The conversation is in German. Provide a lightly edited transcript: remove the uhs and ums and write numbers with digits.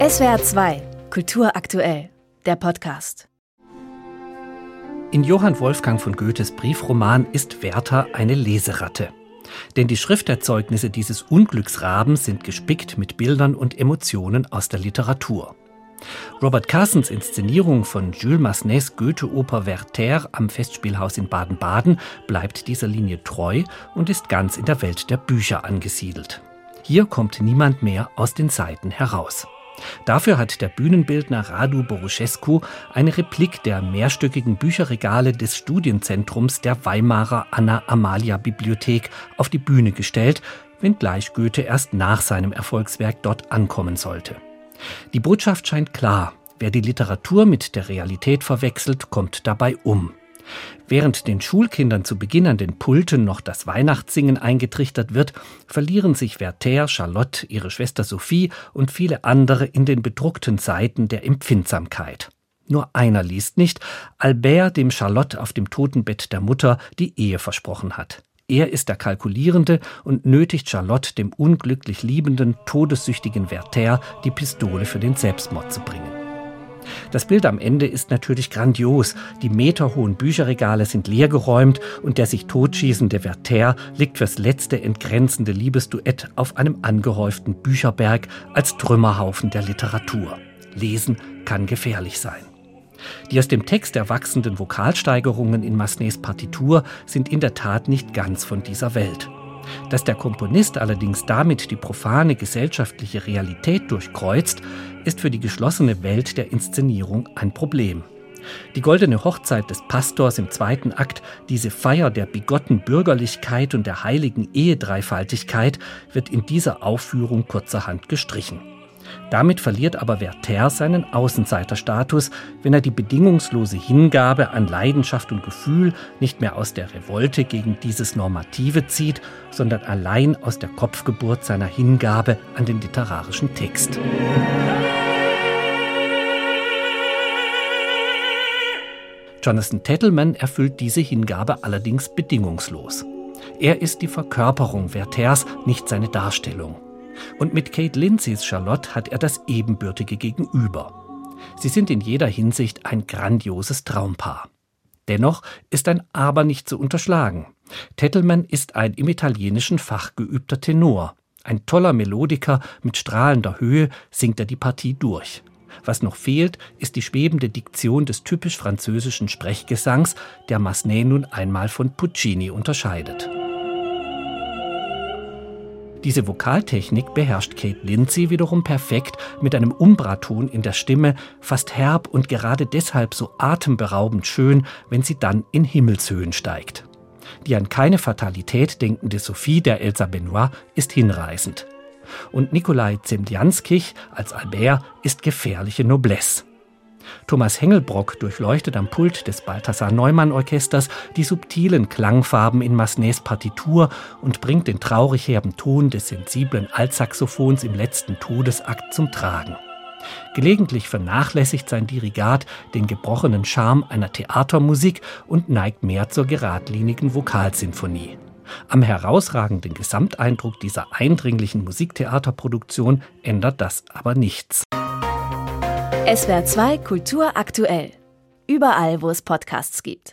SWR 2, Kultur aktuell, der Podcast. In Johann Wolfgang von Goethes Briefroman ist Werther eine Leseratte. Denn die Schrifterzeugnisse dieses Unglücksrabens sind gespickt mit Bildern und Emotionen aus der Literatur. Robert Carsons Inszenierung von Jules Massenets Goethe-Oper Werther am Festspielhaus in Baden-Baden bleibt dieser Linie treu und ist ganz in der Welt der Bücher angesiedelt. Hier kommt niemand mehr aus den Seiten heraus. Dafür hat der Bühnenbildner Radu Borușescu eine Replik der mehrstöckigen Bücherregale des Studienzentrums der Weimarer Anna-Amalia-Bibliothek auf die Bühne gestellt, wenngleich Goethe erst nach seinem Erfolgswerk dort ankommen sollte. Die Botschaft scheint klar: Wer die Literatur mit der Realität verwechselt, kommt dabei um. Während den Schulkindern zu Beginn an den Pulten noch das Weihnachtssingen eingetrichtert wird, verlieren sich Werther, Charlotte, ihre Schwester Sophie und viele andere in den bedruckten Seiten der Empfindsamkeit. Nur einer liest nicht: Albert, dem Charlotte auf dem Totenbett der Mutter die Ehe versprochen hat. Er ist der Kalkulierende und nötigt Charlotte, dem unglücklich liebenden, todessüchtigen Werther, die Pistole für den Selbstmord zu bringen. Das Bild am Ende ist natürlich grandios. Die meterhohen Bücherregale sind leergeräumt und der sich totschießende Werther liegt fürs letzte entgrenzende Liebesduett auf einem angehäuften Bücherberg als Trümmerhaufen der Literatur. Lesen kann gefährlich sein. Die aus dem Text erwachsenden Vokalsteigerungen in Massenets Partitur sind in der Tat nicht ganz von dieser Welt. Dass der Komponist allerdings damit die profane gesellschaftliche Realität durchkreuzt, ist für die geschlossene Welt der Inszenierung ein Problem. Die goldene Hochzeit des Pastors im zweiten Akt, diese Feier der bigotten Bürgerlichkeit und der heiligen Ehedreifaltigkeit, wird in dieser Aufführung kurzerhand gestrichen. Damit verliert aber Werther seinen Außenseiterstatus, wenn er die bedingungslose Hingabe an Leidenschaft und Gefühl nicht mehr aus der Revolte gegen dieses Normative zieht, sondern allein aus der Kopfgeburt seiner Hingabe an den literarischen Text. Jonathan Tettelman erfüllt diese Hingabe allerdings bedingungslos. Er ist die Verkörperung Werthers, nicht seine Darstellung. Und mit Kate Lindsays Charlotte hat er das ebenbürtige Gegenüber. Sie sind in jeder Hinsicht ein grandioses Traumpaar. Dennoch ist ein Aber nicht zu unterschlagen. Tettelman ist ein im Italienischen Fach geübter Tenor. Ein toller Melodiker mit strahlender Höhe singt er die Partie durch. Was noch fehlt, ist die schwebende Diktion des typisch französischen Sprechgesangs, der Massenet nun einmal von Puccini unterscheidet. Diese Vokaltechnik beherrscht Kate Lindsay wiederum perfekt mit einem Umbraton in der Stimme, fast herb und gerade deshalb so atemberaubend schön, wenn sie dann in Himmelshöhen steigt. Die an keine Fatalität denkende Sophie der Elsa Benoist ist hinreißend. Und Nikolai Zemljanskij als Albert ist gefährliche Noblesse. Thomas Hengelbrock durchleuchtet am Pult des Balthasar-Neumann-Orchesters die subtilen Klangfarben in Massenets Partitur und bringt den traurig herben Ton des sensiblen Altsaxophons im letzten Todesakt zum Tragen. Gelegentlich vernachlässigt sein Dirigat den gebrochenen Charme einer Theatermusik und neigt mehr zur geradlinigen Vokalsinfonie. Am herausragenden Gesamteindruck dieser eindringlichen Musiktheaterproduktion ändert das aber nichts. SWR 2 Kultur aktuell. Überall, wo es Podcasts gibt.